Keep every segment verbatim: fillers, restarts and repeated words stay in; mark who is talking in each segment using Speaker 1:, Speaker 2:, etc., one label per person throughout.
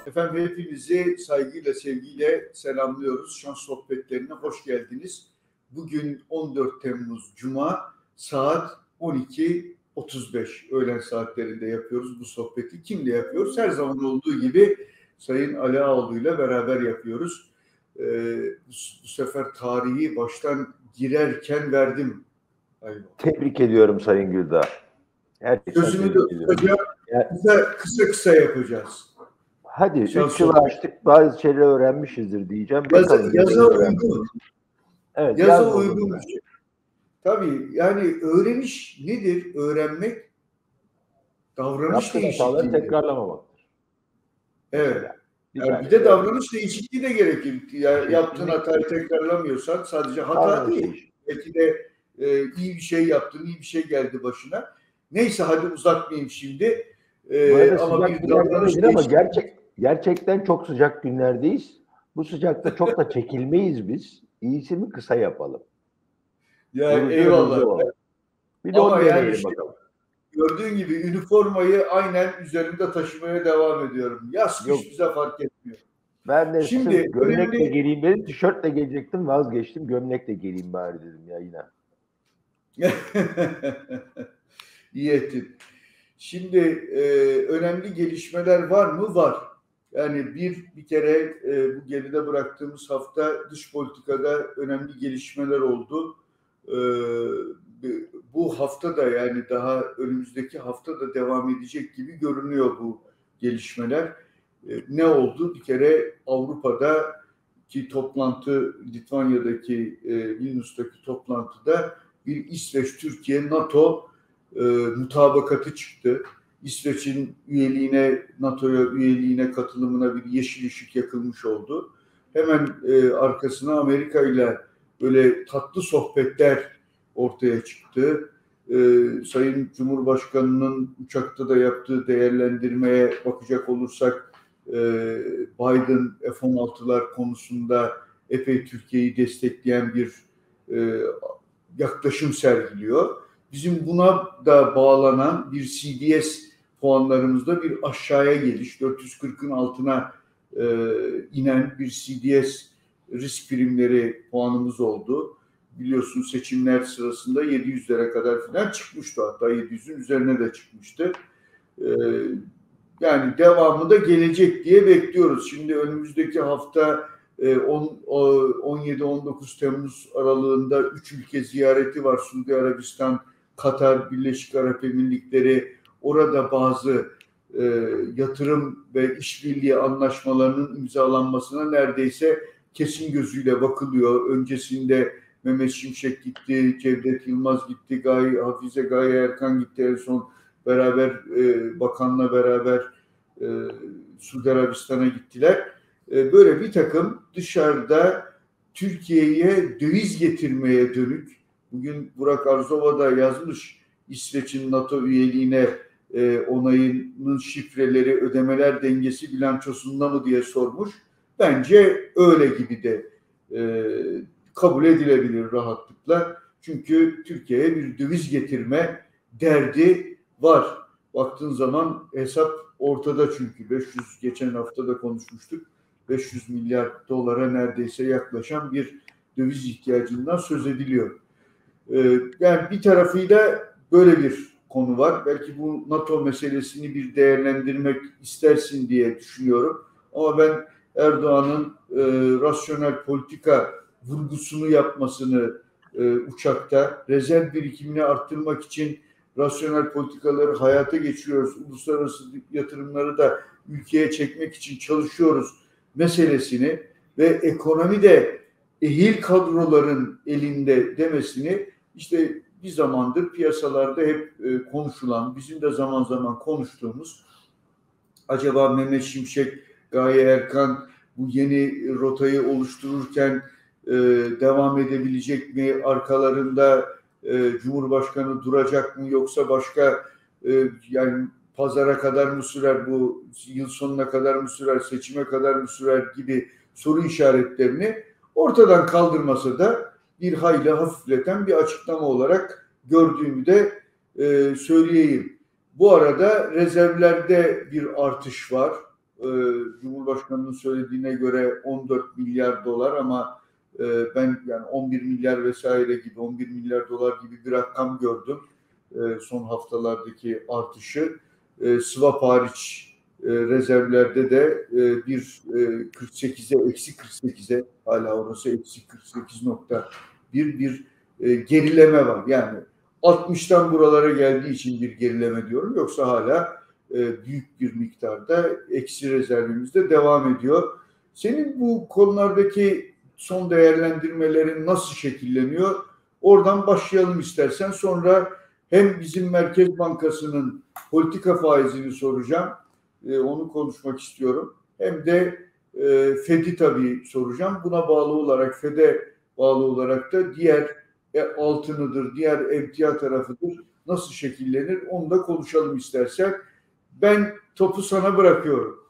Speaker 1: Efendim hepinizi saygıyla, sevgiyle selamlıyoruz. Şans sohbetlerine hoş geldiniz. Bugün on dört Temmuz Cuma saat on iki otuz beş öğlen saatlerinde yapıyoruz bu sohbeti. Kimle yapıyoruz? Her zaman olduğu gibi Sayın Ali Ağoğlu ile beraber yapıyoruz. Ee, bu, bu sefer tarihi baştan girerken verdim.
Speaker 2: Aynen. Tebrik ediyorum Sayın Güldağ.
Speaker 1: Gerçekten sözümü de tutacağım. Kısa, kısa kısa yapacağız.
Speaker 2: Hadi üç yılı açtık, bazı şeyler öğrenmişizdir diyeceğim.
Speaker 1: Yaza, yaza uygun.
Speaker 2: Evet,
Speaker 1: yaza yaz uygun bir şey. Tabii yani öğreniş nedir? Öğrenmek davranış değişikliği.
Speaker 2: Tekrarlamamaktır.
Speaker 1: Evet. Yani bir de davranış değişikliği de gerekir. Yani yaptığın hatayı tekrarlamıyorsan sadece hata değil. değil. Belki de e, iyi bir şey yaptın, iyi bir şey geldi başına. Neyse hadi uzatmayayım şimdi.
Speaker 2: Ee, ama bir davranış ama gerçek gerçekten çok sıcak günlerdeyiz. Bu sıcakta çok da çekilmeyiz biz. İyisi mi kısa yapalım.
Speaker 1: Ya yani eyvallah.
Speaker 2: Bir de onu deneyelim yani bakalım.
Speaker 1: Gördüğün gibi üniformayı aynen üzerimde taşımaya devam ediyorum. Yaz kış bize fark etmiyor.
Speaker 2: Ben de şimdi gömlekle önemli... geleyim dedim. Tişörtle gelecektim, vazgeçtim. Gömlekle geleyim bari dedim ya yine.
Speaker 1: İyi ettin. Şimdi e, önemli gelişmeler var mı? Var. Yani bir bir kere e, bu geride bıraktığımız hafta dış politikada önemli gelişmeler oldu. E, bu hafta da yani daha önümüzdeki hafta da devam edecek gibi görünüyor bu gelişmeler. E, ne oldu? Bir kere Avrupa'da ki toplantı Litvanya'daki e, Vilnius'taki toplantıda bir İsveç-Türkiye NATO e, mutabakatı çıktı. İsveç'in üyeliğine, NATO'ya üyeliğine katılımına bir yeşil ışık yakılmış oldu. Hemen e, arkasına Amerika ile böyle tatlı sohbetler ortaya çıktı. E, Sayın Cumhurbaşkanı'nın uçakta da yaptığı değerlendirmeye bakacak olursak e, Biden F on altılar konusunda epey Türkiye'yi destekleyen bir e, yaklaşım sergiliyor. Bizim buna da bağlanan bir C D S puanlarımızda bir aşağıya geliş, dört yüz kırkın altına e, inen bir C D S risk primleri puanımız oldu. Biliyorsun seçimler sırasında yedi yüzlere kadar falan çıkmıştı, hatta yedi yüzün üzerine de çıkmıştı. E, yani devamı da gelecek diye bekliyoruz. Şimdi önümüzdeki hafta on yedi on dokuz Temmuz aralığında üç ülke ziyareti var. Suudi Arabistan, Katar, Birleşik Arap Emirlikleri. Orada bazı e, yatırım ve işbirliği anlaşmalarının imzalanmasına neredeyse kesin gözüyle bakılıyor. Öncesinde Mehmet Şimşek gitti, Cevdet Yılmaz gitti, Gaye, Hafize Gaye Erkan gitti. En son beraber e, bakanla beraber e, Suudi Arabistan'a gittiler. Böyle bir takım dışarıda Türkiye'ye döviz getirmeye dönük, bugün Burak Arzova da yazmış, İsveç'in NATO üyeliğine e, onayının şifreleri ödemeler dengesi bilançosunda mı diye sormuş. Bence öyle gibi de e, kabul edilebilir rahatlıkla. Çünkü Türkiye'ye bir döviz getirme derdi var. Baktığın zaman hesap ortada çünkü. beş yüz geçen hafta da konuşmuştuk. beş yüz milyar dolara neredeyse yaklaşan bir döviz ihtiyacından söz ediliyor. Ee, yani bir tarafıyla böyle bir konu var. Belki bu NATO meselesini bir değerlendirmek istersin diye düşünüyorum. Ama ben Erdoğan'ın e, rasyonel politika vurgusunu yapmasını e, uçakta, rezerv birikimini arttırmak için rasyonel politikaları hayata geçiriyoruz. Uluslararası yatırımları da ülkeye çekmek için çalışıyoruz meselesini ve ekonomide ehil kadroların elinde demesini işte bir zamandır piyasalarda hep e, konuşulan, bizim de zaman zaman konuştuğumuz, acaba Mehmet Şimşek, Gaye Erkan bu yeni rotayı oluştururken e, devam edebilecek mi? Arkalarında e, Cumhurbaşkanı duracak mı? Yoksa başka e, yani pazara kadar mı sürer, bu yıl sonuna kadar mı sürer, seçime kadar mı sürer gibi soru işaretlerini ortadan kaldırmasa da bir hayli hafifleten bir açıklama olarak gördüğümü de e, söyleyeyim. Bu arada rezervlerde bir artış var. e, Cumhurbaşkanı'nın söylediğine göre on dört milyar dolar ama e, ben yani on bir milyar vesaire gibi on bir milyar dolar gibi bir rakam gördüm. E, son haftalardaki artışı. E, swap hariç e, rezervlerde de e, bir e, kırk sekize eksi kırk sekize hala orası eksi kırk sekiz nokta bir bir e, gerileme var. Yani altmıştan buralara geldiği için bir gerileme diyorum. Yoksa hala e, büyük bir miktarda eksi rezervimizde devam ediyor. Senin bu konulardaki son değerlendirmelerin nasıl şekilleniyor? Oradan başlayalım istersen. Sonra hem bizim Merkez Bankası'nın politika faizini soracağım. E, onu konuşmak istiyorum. Hem de e, Fed'i tabii soracağım. Buna bağlı olarak Fed'e bağlı olarak da diğer e, altınıdır, diğer emtia tarafıdır. Nasıl şekillenir? Onu da konuşalım istersen. Ben topu sana bırakıyorum.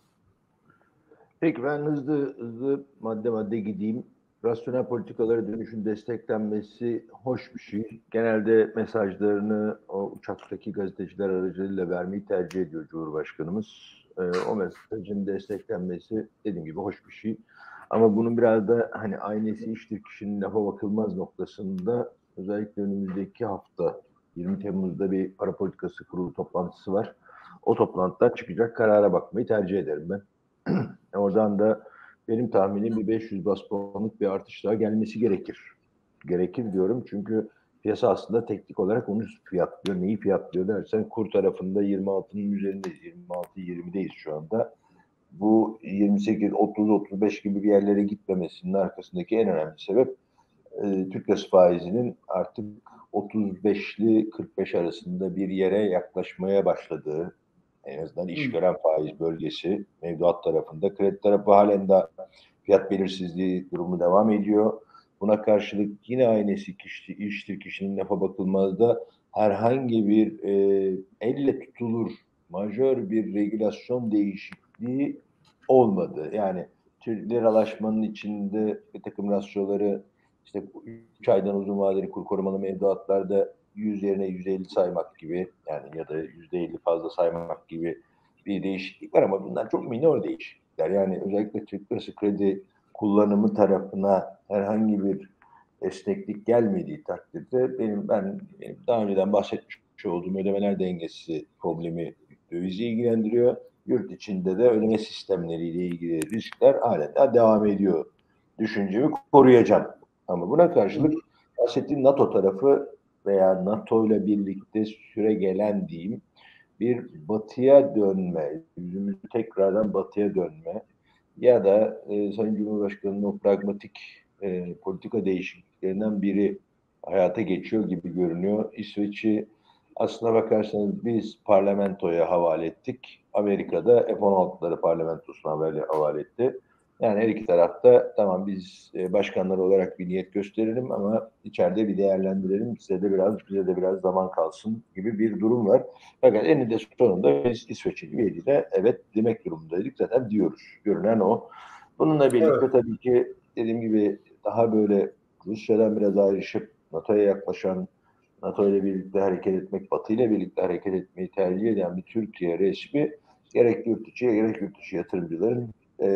Speaker 2: Peki ben hızlı hızlı madde madde gideyim. Rasyonel politikalara dönüşün desteklenmesi hoş bir şey. Genelde mesajlarını o uçaktaki gazeteciler aracılığıyla vermeyi tercih ediyor Cumhurbaşkanımız. Ee, o mesajın desteklenmesi dediğim gibi hoş bir şey. Ama bunun biraz da hani aynesi iştir kişinin lafa bakılmaz noktasında özellikle önümüzdeki hafta yirmi Temmuz'da bir para politikası kurulu toplantısı var. O toplantıdan çıkacak karara bakmayı tercih ederim ben. Oradan da benim tahminim bir beş yüz bas puanlık bir artış daha gelmesi gerekir. Gerekir diyorum çünkü piyasa aslında teknik olarak onu fiyatlıyor. Neyi fiyatlıyor dersen kur tarafında yirmi altının üzerindeyiz. yirmi altı yirmideyiz şu anda. Bu yirmi sekiz otuz otuz beş gibi bir yerlere gitmemesinin arkasındaki en önemli sebep e, Türk lirası faizinin artık otuz beşli kırk beş arasında bir yere yaklaşmaya başladığı, en azından iş gören faiz bölgesi mevduat tarafında. Kredi tarafı halen de fiyat belirsizliği durumu devam ediyor. Buna karşılık yine aynısı kişi, iştir kişinin lafa bakılmazda herhangi bir e, elle tutulur majör bir regülasyon değişikliği olmadı. Yani liralaşmanın içinde bir takım rasyoları işte üç aydan uzun vadeli kur korumalı mevduatlarda yüz yerine yüz elli saymak gibi yani ya da yüzde elli fazla saymak gibi bir değişiklik var ama bunlar çok minor değişiklikler. Yani özellikle Türk lirası kredi kullanımı tarafına herhangi bir esneklik gelmediği takdirde benim ben benim daha önceden bahsetmiş olduğum ödemeler dengesi problemi dövizi ilgilendiriyor. Yurt içinde de ödeme sistemleriyle ilgili riskler halen daha devam ediyor. Düşüncemi koruyacağım. Ama buna karşılık bahsettiğim NATO tarafı veya NATO ile birlikte süre gelen diyeyim bir batıya dönme, yüzümüzü tekrardan batıya dönme ya da e, Sayın Cumhurbaşkanı'nın o pragmatik e, politika değişikliklerinden biri hayata geçiyor gibi görünüyor. İsveç'i aslına bakarsanız biz parlamentoya havale ettik. Amerika'da F on altıları parlamentosuna havale etti. Yani her iki tarafta tamam biz e, başkanlar olarak bir niyet gösterelim ama içeride bir değerlendirelim. Size de biraz bize de biraz zaman kalsın gibi bir durum var. Fakat eninde sonunda biz İsveç'in üyeliğine evet demek durumundaydık. Zaten diyoruz. Görünen o. Bununla birlikte
Speaker 1: Evet.
Speaker 2: tabii ki dediğim gibi daha böyle Rusya'dan biraz ayrışıp NATO'ya yaklaşan, NATO ile birlikte hareket etmek, Batı ile birlikte hareket etmeyi tercih eden bir Türkiye resmi gerek yurt içi gerek yurt dışı yatırımcıların e,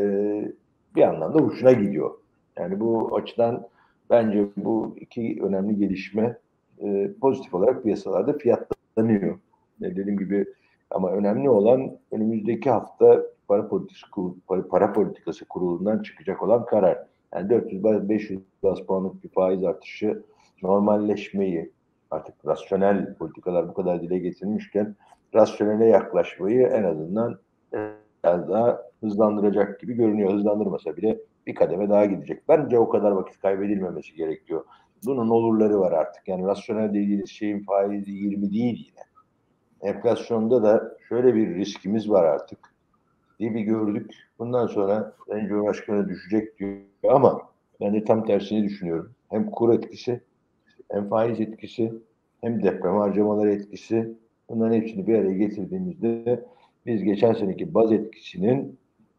Speaker 2: bir anlamda hoşuna gidiyor. Yani bu açıdan bence bu iki önemli gelişme e, pozitif olarak piyasalarda fiyatlanıyor. E, dediğim gibi ama önemli olan önümüzdeki hafta para politikası, para, para politikası kurulundan çıkacak olan karar. Yani dört yüz beş yüz baz puanlık bir faiz artışı normalleşmeyi artık rasyonel politikalar bu kadar dile getirilmişken rasyonele yaklaşmayı en azından biraz daha hızlandıracak gibi görünüyor. Hızlandırmasa bile bir kademe daha gidecek. Bence o kadar vakit kaybedilmemesi gerekiyor. Bunun olurları var artık. Yani rasyonel dediğiniz şeyin faizi yirmi değil yine. Enflasyonda da şöyle bir riskimiz var artık. Diye bir gördük. Bundan sonra Sayın Cumhurbaşkanı düşecek diyor ama ben de tam tersini düşünüyorum. Hem kur etkisi, hem faiz etkisi, hem deprem harcamaları etkisi. Bunların hepsini bir araya getirdiğimizde biz geçen seneki baz etkisinin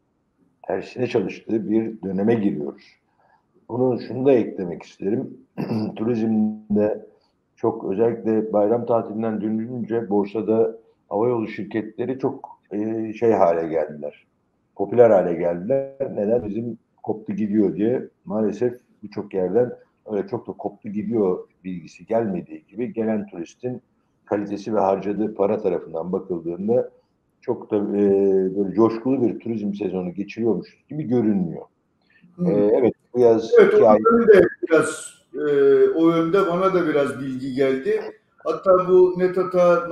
Speaker 2: tersine çalıştığı bir döneme giriyoruz. Bunu şunu da eklemek isterim. Turizmde çok özellikle bayram tatilinden dönünce borsada havayolu şirketleri çok e, şey hale geldiler. popüler hale geldiler. Neden? Bizim koptu gidiyor diye. Maalesef birçok yerden öyle çok da koptu gidiyor bilgisi gelmediği gibi gelen turistin kalitesi ve harcadığı para tarafından bakıldığında çok da e, böyle coşkulu bir turizm sezonu geçiriyormuş gibi görünmüyor. E,
Speaker 1: Hmm.
Speaker 2: evet bu yaz
Speaker 1: Evet,
Speaker 2: iki ay.
Speaker 1: onların da biraz e, o yönde bana da biraz bilgi geldi. Hatta bu Netata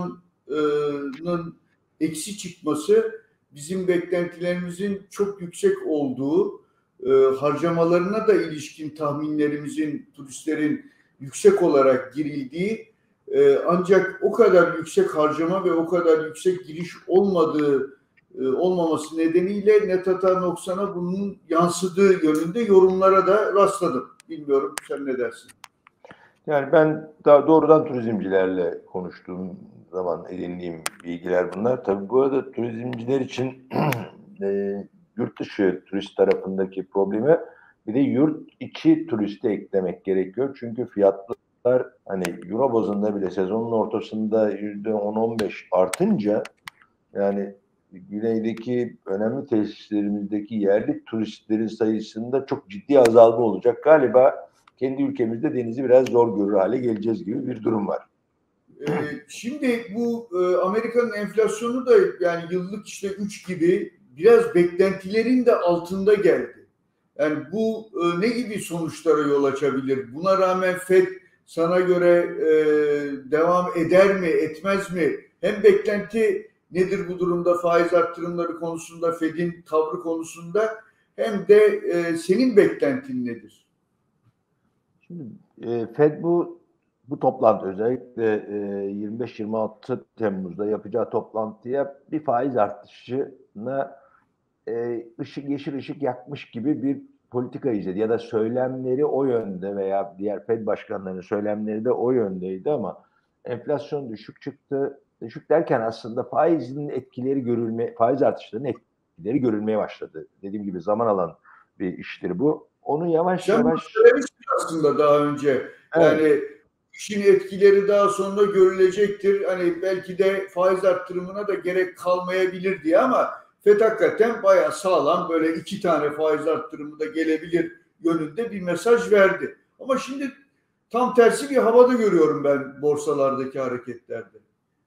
Speaker 1: noksanın eksi çıkması bizim beklentilerimizin çok yüksek olduğu, e, harcamalarına da ilişkin tahminlerimizin turistlerin yüksek olarak girildiği, e, ancak o kadar yüksek harcama ve o kadar yüksek giriş olmadığı e, olmaması nedeniyle Netata noksana bunun yansıdığı yönünde yorumlara da rastladım. Bilmiyorum, sen ne dersin?
Speaker 2: Yani ben daha doğrudan turizmcilerle konuştuğum zaman edindiğim bilgiler bunlar. Tabii bu arada turizmciler için e, yurt dışı turist tarafındaki problemi bir de yurt içi turisti eklemek gerekiyor. Çünkü fiyatlar hani euro bazında bile sezonun ortasında yüzde on on beş artınca yani güneydeki önemli tesislerimizdeki yerli turistlerin sayısında çok ciddi azalma olacak. Galiba kendi ülkemizde denizi biraz zor görür hale geleceğiz gibi bir durum var.
Speaker 1: Ee, şimdi bu e, Amerika'nın enflasyonu da yani yıllık işte üç gibi biraz beklentilerin de altında geldi. Yani bu e, ne gibi sonuçlara yol açabilir? Buna rağmen Fed sana göre e, devam eder mi, etmez mi? Hem beklenti nedir bu durumda faiz arttırımları konusunda, Fed'in tavrı konusunda, hem de e, senin beklentin nedir?
Speaker 2: Şimdi e, Fed bu bu toplantı özellikle e, yirmi beş yirmi altı Temmuz'da yapacağı toplantıya bir faiz artışına e, ışık yeşil ışık yakmış gibi bir politika izledi ya da söylemleri o yönde veya diğer Fed başkanlarının söylemleri de o yöndeydi ama enflasyon düşük çıktı. Düşük derken aslında faizin etkileri görülme, faiz artışlarının etkileri görülmeye başladı. Dediğim gibi zaman alan bir iştir bu. Onu yavaş
Speaker 1: Sen bunu
Speaker 2: yavaş
Speaker 1: söylemiştin aslında daha önce.
Speaker 2: evet.
Speaker 1: Yani işin etkileri daha sonra görülecektir. Hani belki de faiz arttırımına da gerek kalmayabilir diye, ama FED hakikaten bayağı sağlam, böyle iki tane faiz arttırımı da gelebilir yönünde bir mesaj verdi. Ama şimdi tam tersi bir havada görüyorum ben borsalardaki hareketlerde.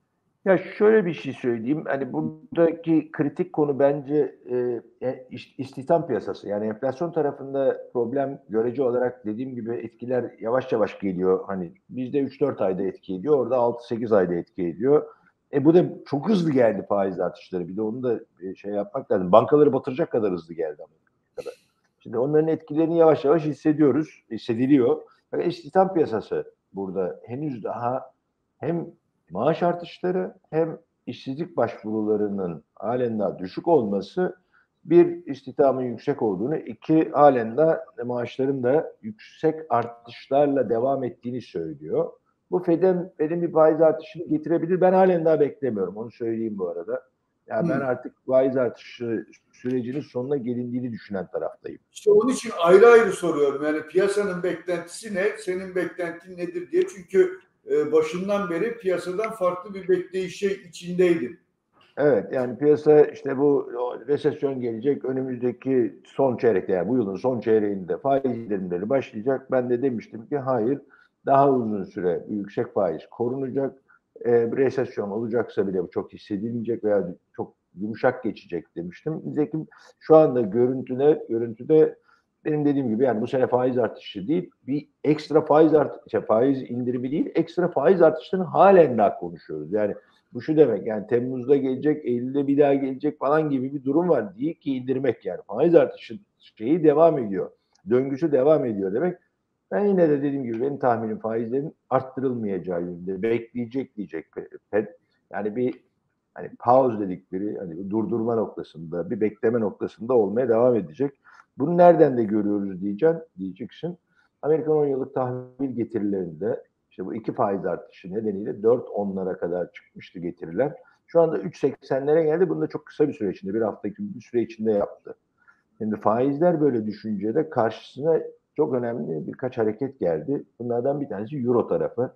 Speaker 2: Ya şöyle bir şey söyleyeyim. Hani buradaki kritik konu bence e, istihdam piyasası. Yani enflasyon tarafında problem görece olarak dediğim gibi etkiler yavaş yavaş geliyor. Hani bizde üç dört ayda etki ediyor. Orada altı sekiz ayda etki ediyor. E bu da çok hızlı geldi faiz artışları. Bir de onu da e, şey yapmak lazım. Bankaları batıracak kadar hızlı geldi Amerika'da. Şimdi onların etkilerini yavaş yavaş hissediyoruz. Hissediliyor. Fakat istihdam piyasası burada henüz daha hem maaş artışları hem işsizlik başvurularının halen daha düşük olması bir istihdamın yüksek olduğunu, iki halen de maaşların da yüksek artışlarla devam ettiğini söylüyor. Bu Fed'in, Fed'in bir faiz artışını getirebilir. Ben halen daha beklemiyorum. Onu söyleyeyim bu arada. Yani ben
Speaker 1: Hmm.
Speaker 2: artık faiz artışı sürecinin sonuna gelindiğini düşünen taraftayım.
Speaker 1: İşte onun için ayrı ayrı soruyorum. Yani piyasanın beklentisi ne, senin beklentin nedir diye. Çünkü e, başından beri piyasadan farklı bir bekleyişe içindeydim.
Speaker 2: Evet yani piyasa işte bu resesyon gelecek önümüzdeki son çeyrekte yani bu yılın son çeyreğinde faiz indirimleri başlayacak. Ben de demiştim ki hayır daha uzun süre yüksek faiz korunacak. E, resesyon olacaksa bile bu çok hissedilmeyecek veya çok yumuşak geçecek demiştim. Nitekim şu anda görüntüde, görüntüde benim dediğim gibi yani bu sene faiz artışı değil bir ekstra faiz artışı, şey, faiz indirimi değil ekstra faiz artışlarını halen daha konuşuyoruz. Yani bu şu demek yani Temmuz'da gelecek, Eylül'de bir daha gelecek falan gibi bir durum var. Değil ki indirmek yani. Faiz artışı şeyi devam ediyor. Döngüsü devam ediyor demek. Ben yine de dediğim gibi benim tahminim faizlerin arttırılmayacağı yönünde. Bekleyecek diyecek Fed. Yani bir hani pause dedikleri hani bir durdurma noktasında, bir bekleme noktasında olmaya devam edecek. Bunu nereden de görüyoruz diyeceksin, diyeceksin. Amerikan on yıllık tahvil getirilerinde işte bu iki faiz artışı nedeniyle dört onlara kadar çıkmıştı getiriler. Şu anda üç seksenlere geldi. Bunu da çok kısa bir süre içinde, bir hafta gibi bir süre içinde yaptı. Şimdi faizler böyle düşünce de karşısına çok önemli birkaç hareket geldi. Bunlardan bir tanesi Euro tarafı.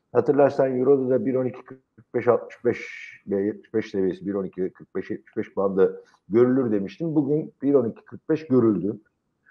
Speaker 2: Hatırlarsan Euro'da da bir on iki kırk beş altmış beş ve yetmiş beş seviyesi bir on iki kırk beş yetmiş beş bandı görülür demiştim. Bugün bir on iki kırk beş görüldü.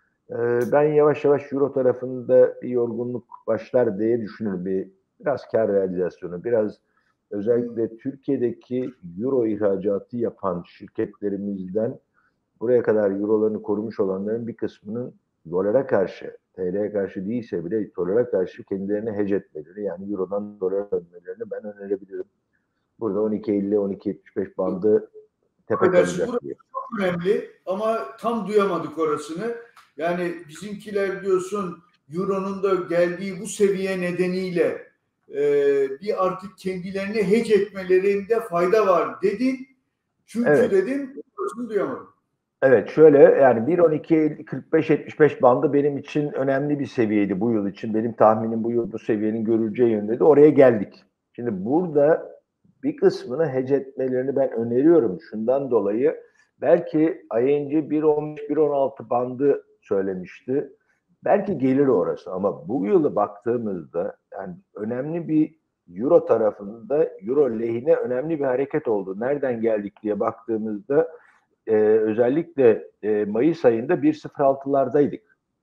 Speaker 2: Ee, ben yavaş yavaş Euro tarafında bir yorgunluk başlar diye düşünüyorum. Bir, biraz kar realizasyonu, biraz özellikle Türkiye'deki Euro ihracatı yapan şirketlerimizden buraya kadar Euro'larını korumuş olanların bir kısmının dolara karşı, T L'ye karşı değilse bile dolara karşı kendilerini hedge etmeleri, yani Euro'dan dolara dönmelerini ben önerebilirim. Burada on iki elli on iki yetmiş beş bandı tepe kalacak diye.
Speaker 1: Çok önemli ama tam duyamadık orasını. Yani bizimkiler diyorsun Euro'nun da geldiği bu seviye nedeniyle e, bir artık kendilerini hedge etmelerinde fayda var dedin. Çünkü evet. Dedim orasını duyamadım.
Speaker 2: Evet, şöyle yani bir on iki kırk beş yetmiş beş bandı benim için önemli bir seviyeydi bu yıl için. Benim tahminim bu yıl bu seviyenin görüleceği yönündeydi. Oraya geldik. Şimdi burada bir kısmını hedge etmelerini ben öneriyorum. Şundan dolayı belki I N G bir on beş bir on altı bandı söylemişti. Belki gelir orası ama bu yılı baktığımızda yani önemli bir Euro tarafında Euro lehine önemli bir hareket oldu. Nereden geldik diye baktığımızda Ee, özellikle e, Mayıs ayında bir sıfır altılardaydık.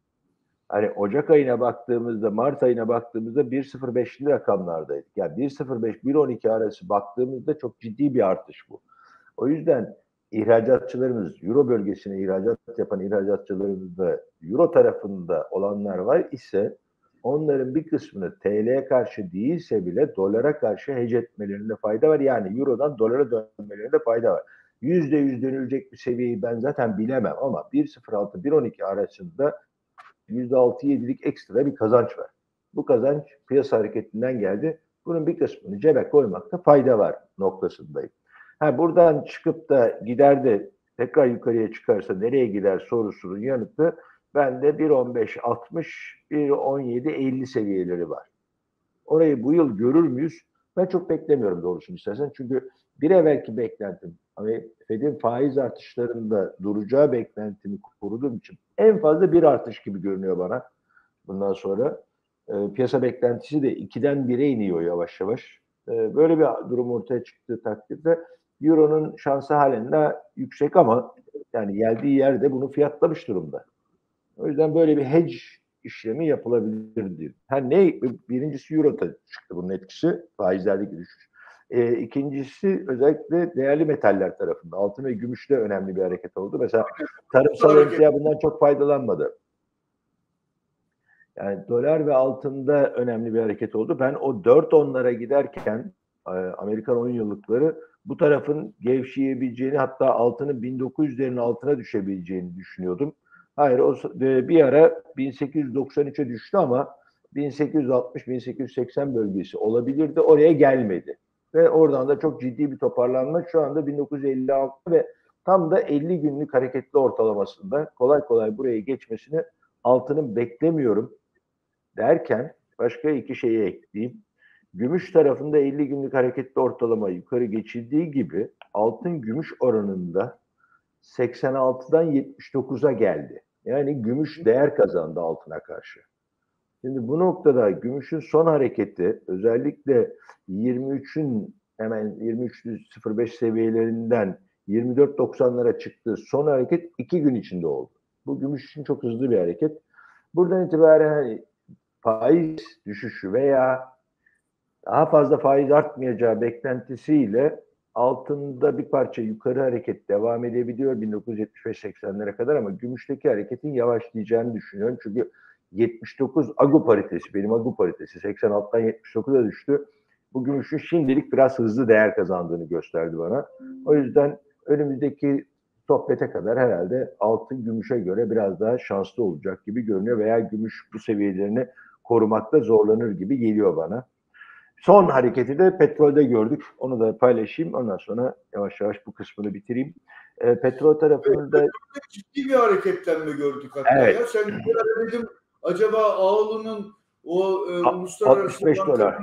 Speaker 2: Hani Ocak ayına baktığımızda, Mart ayına baktığımızda bir sıfır beşli rakamlardaydık. Yani bir sıfır beş bir on iki arası baktığımızda çok ciddi bir artış bu. O yüzden ihracatçılarımız, Euro bölgesine ihracat yapan ihracatçılarımızda Euro tarafında olanlar var ise onların bir kısmını T L'ye karşı değilse bile dolara karşı hedge etmelerinde fayda var. Yani Euro'dan dolara dönmelerinde fayda var. yüzde yüz dönülecek bir seviyeyi ben zaten bilemem ama bir sıfır altı bir on iki arasında yüzde altı yedilik ekstra bir kazanç var. Bu kazanç piyasa hareketinden geldi. Bunun bir kısmını cebe koymakta fayda var noktasındayım. Ha, buradan çıkıp da gider de tekrar yukarıya çıkarsa nereye gider sorusunun yanıtı bende bir on beş altmış, bir on yedi elli seviyeleri var. Orayı bu yıl görür müyüz? Ben çok beklemiyorum doğrusunu istersen. Çünkü bir evvelki beklentim, hani Fed'in faiz artışlarında duracağı beklentimi koruduğum için en fazla bir artış gibi görünüyor bana. Bundan sonra e, piyasa beklentisi de ikiden bire iniyor yavaş yavaş. E, böyle bir durum ortaya çıktığı takdirde Euro'nun şansı halen de yüksek ama yani geldiği yerde bunu fiyatlamış durumda. O yüzden böyle bir hedge işlemi yapılabilir diyor. Ha ne? Birincisi Euro'da çıktı bunun etkisi. Faizlerdeki düşüş. E, ikincisi özellikle değerli metaller tarafında. Altın ve gümüşte önemli bir hareket oldu. Mesela tarımsal emtia bundan çok faydalanmadı. Yani dolar ve altında önemli bir hareket oldu. Ben o dört onlara giderken Amerikan on yıllıkları bu tarafın gevşeyebileceğini, hatta altının bin dokuz yüzlerin altına düşebileceğini düşünüyordum. Hayır, o bir ara bin sekiz yüz doksan üçe düştü ama bin sekiz yüz altmış bin sekiz yüz seksen bölgesi olabilirdi. Oraya gelmedi. Ve oradan da çok ciddi bir toparlanma. Şu anda bin dokuz yüz elli altı ve tam da elli günlük hareketli ortalamasında kolay kolay buraya geçmesini altının beklemiyorum derken başka iki şeyi ekleyeyim. Gümüş tarafında elli günlük hareketli ortalama yukarı geçildiği gibi altın gümüş oranında seksen altıdan yetmiş dokuza geldi. Yani gümüş değer kazandı altına karşı. Şimdi bu noktada gümüşün son hareketi özellikle yirmi üçün hemen yirmi üç sıfır beş seviyelerinden yirmi dört doksanlara çıktığı son hareket iki gün içinde oldu. Bu gümüş için çok hızlı bir hareket. Buradan itibaren hani faiz düşüşü veya daha fazla faiz artmayacağı beklentisiyle altında bir parça yukarı hareket devam edebiliyor bin dokuz yüz yetmiş beş seksenlere kadar ama gümüşteki hareketin yavaşlayacağını düşünüyorum. Çünkü yetmiş dokuz Agu paritesi, benim Agu paritesi seksen altıdan yetmiş dokuza düştü. Bu gümüşün şimdilik biraz hızlı değer kazandığını gösterdi bana. O yüzden önümüzdeki sohbete kadar herhalde altın gümüşe göre biraz daha şanslı olacak gibi görünüyor veya gümüş bu seviyelerini korumakta zorlanır gibi geliyor bana. Son hareketi de petrolde gördük. Onu da paylaşayım. Ondan sonra yavaş yavaş bu kısmını bitireyim. E, petrol tarafında... Evet,
Speaker 1: ciddi bir hareketlenme gördük hatta evet. Ya. Sen bir dedim acaba Ağolu'nun o e, uluslararası...
Speaker 2: altmış beş dolar.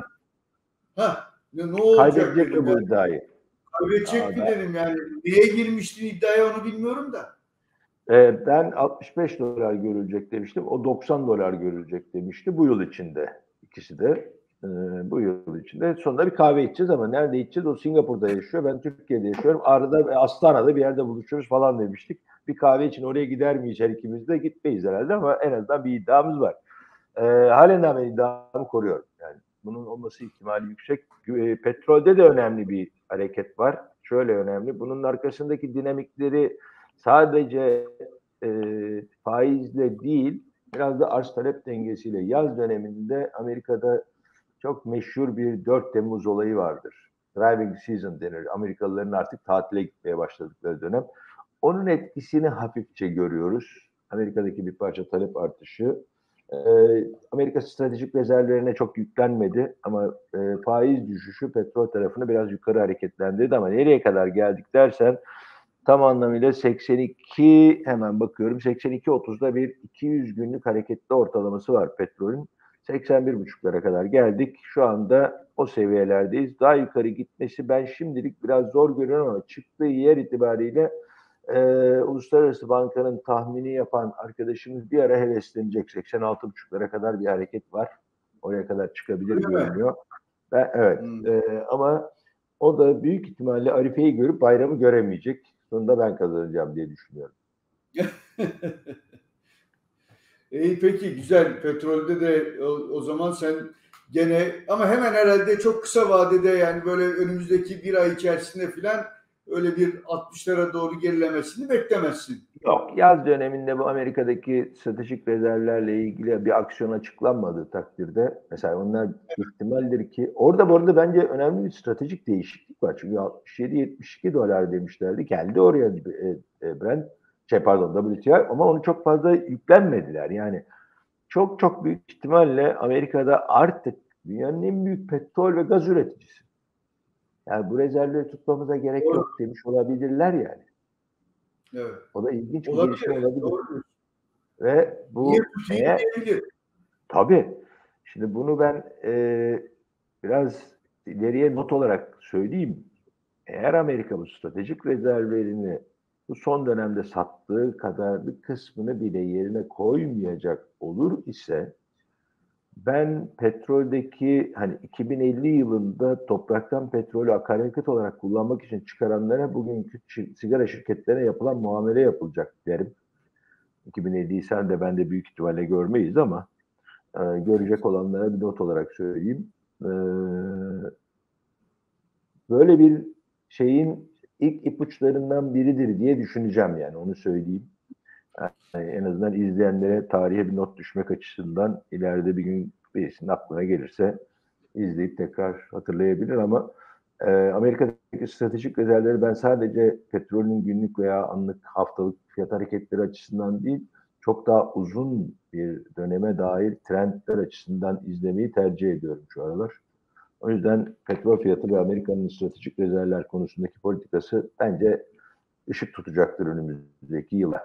Speaker 1: Ha, ne, ne olacak?
Speaker 2: Kaybedecek mi bu iddiayı?
Speaker 1: Kaybedecek mi dedim yani. Neye girmiştin iddiaya onu bilmiyorum da.
Speaker 2: E, ben altmış beş dolar görülecek demiştim. O doksan dolar görülecek demişti bu yıl içinde. İkisi de. e, bu yıl içinde. Sonunda bir kahve içeceğiz ama nerede içeceğiz? O Singapur'da yaşıyor. Ben Türkiye'de yaşıyorum. Arada Astana'da bir yerde buluşuruz falan demiştik. Bir kahve için oraya gider miyiz her ikimiz de? Gitmeyiz herhalde ama en azından bir iddiamız var. E, halen daha ben iddiamı koruyorum. Yani bunun olması ihtimali yüksek. E, petrolde de önemli bir hareket var. Şöyle önemli. Bunun arkasındaki dinamikleri sadece e, faizle değil, biraz da arz talep dengesiyle. Yaz döneminde Amerika'da çok meşhur bir dört Temmuz olayı vardır. Driving season denir. Amerikalıların artık tatile gitmeye başladıkları dönem. Onun etkisini hafifçe görüyoruz. Amerika'daki bir parça talep artışı. Ee, Amerika stratejik rezervlerine çok yüklenmedi ama e, faiz düşüşü petrol tarafını biraz yukarı hareketlendirdi ama nereye kadar geldik dersen tam anlamıyla seksen iki, hemen bakıyorum, seksen iki otuzda bir iki yüz günlük hareketli ortalaması var petrolün. seksen bir buçuklara kadar geldik. Şu anda o seviyelerdeyiz. Daha yukarı gitmesi ben şimdilik biraz zor görüyorum ama çıktığı yer itibariyle e, Uluslararası Banka'nın tahmini yapan arkadaşımız bir ara heveslenecek. seksen altı buçuklara kadar bir hareket var. Oraya kadar çıkabilir
Speaker 1: Öyle
Speaker 2: görünüyor.
Speaker 1: mi?
Speaker 2: Ben, evet
Speaker 1: Hmm.
Speaker 2: e, ama o da büyük ihtimalle Arife'yi görüp bayramı göremeyecek. Sonunda ben kazanacağım diye düşünüyorum.
Speaker 1: İyi, peki, güzel. Petrolde de o, o zaman sen gene ama hemen herhalde çok kısa vadede, yani böyle önümüzdeki bir ay içerisinde filan öyle bir altmışlara doğru gerilemesini beklemezsin.
Speaker 2: Yok, yaz döneminde bu Amerika'daki stratejik rezervlerle ilgili bir aksiyon açıklanmadığı takdirde mesela onlar ihtimaldir ki orada bu arada bence önemli bir stratejik değişiklik var. Çünkü altmış yedi yetmiş iki dolar demişlerdi. Geldi oraya e, e, Brent, şey pardon W T I ama onu çok fazla yüklenmediler. Yani çok çok büyük ihtimalle Amerika'da artık dünyanın en büyük petrol ve gaz üreticisi. Yani bu rezervleri tutmamıza gerek
Speaker 1: Doğru.
Speaker 2: yok demiş olabilirler yani.
Speaker 1: Evet.
Speaker 2: O da ilginç bir
Speaker 1: Olabilir.
Speaker 2: gelişme olabilir.
Speaker 1: Doğru.
Speaker 2: Ve
Speaker 1: Niye
Speaker 2: bu
Speaker 1: tutayım
Speaker 2: eğer
Speaker 1: diyebilir.
Speaker 2: tabii şimdi bunu ben e, biraz ileriye not olarak söyleyeyim. Eğer Amerika bu stratejik rezervlerini bu son dönemde sattığı kadar bir kısmını bile yerine koymayacak olur ise ben petroldeki hani iki bin elli yılında topraktan petrolü akaryakıt olarak kullanmak için çıkaranlara bugünkü sigara şirketlerine yapılan muamele yapılacak derim. iki bin elliyi sen de ben de büyük ihtimalle görmeyiz ama e, görecek olanlara bir not olarak söyleyeyim. E, böyle bir şeyin ilk ipuçlarından biridir diye düşüneceğim yani onu söyleyeyim. Yani en azından izleyenlere tarihe bir not düşmek açısından ileride bir gün birisinin aklına gelirse izleyip tekrar hatırlayabilir ama e, Amerika'daki stratejik rezervleri ben sadece petrolün günlük veya anlık haftalık fiyat hareketleri açısından değil, çok daha uzun bir döneme dair trendler açısından izlemeyi tercih ediyorum şu aralar. O yüzden petrol fiyatı ve Amerika'nın stratejik rezervler konusundaki politikası bence ışık tutacaktır önümüzdeki yıla.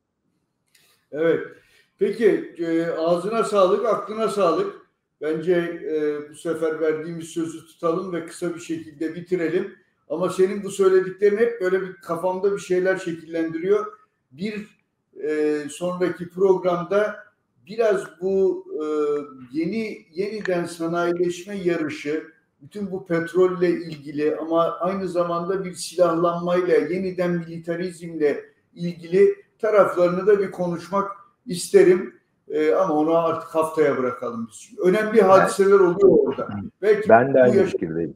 Speaker 1: Evet. Peki, e, ağzına sağlık, aklına sağlık. Bence e, bu sefer verdiğimiz sözü tutalım ve kısa bir şekilde bitirelim. Ama senin bu söylediklerin hep böyle bir kafamda bir şeyler şekillendiriyor. Bir e, sonraki programda biraz bu e, yeni yeniden sanayileşme yarışı, bütün bu petrolle ilgili ama aynı zamanda bir silahlanmayla, yeniden militarizmle ilgili taraflarını da bir konuşmak isterim. Ee, ama onu artık haftaya bırakalım biz. Önemli hadiseler oluyor orada. Belki
Speaker 2: ben de
Speaker 1: bu
Speaker 2: aynı
Speaker 1: yaş-
Speaker 2: fikirdeyim.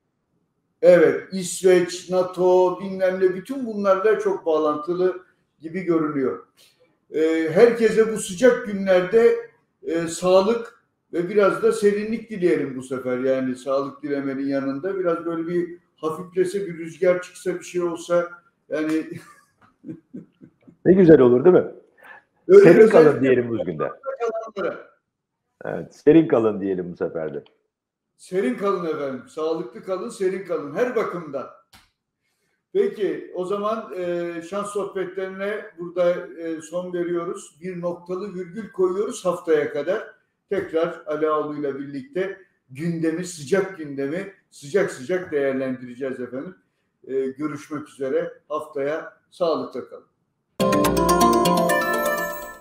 Speaker 1: Evet, İsveç, NATO, bilmem ne, bütün bunlarla çok bağlantılı gibi görünüyor. Ee, herkese bu sıcak günlerde e, sağlık ve biraz da serinlik dileyelim bu sefer. Yani sağlık dilemenin yanında biraz böyle bir hafiflese, bir rüzgar çıksa, bir şey olsa, yani
Speaker 2: Ne güzel olur değil mi?
Speaker 1: öyle
Speaker 2: Serin kalın
Speaker 1: özellikle
Speaker 2: diyelim bu günde.
Speaker 1: kalanlara.
Speaker 2: Evet, serin kalın diyelim bu sefer de.
Speaker 1: Serin kalın efendim. Sağlıklı kalın, serin kalın. Her bakımdan. Peki, o zaman e, şans sohbetlerine burada e, son veriyoruz. Bir noktalı virgül koyuyoruz haftaya kadar. Tekrar Ali Ağulu ile birlikte gündemi, sıcak gündemi sıcak sıcak değerlendireceğiz efendim. E, görüşmek üzere. Haftaya sağlıkla kalın.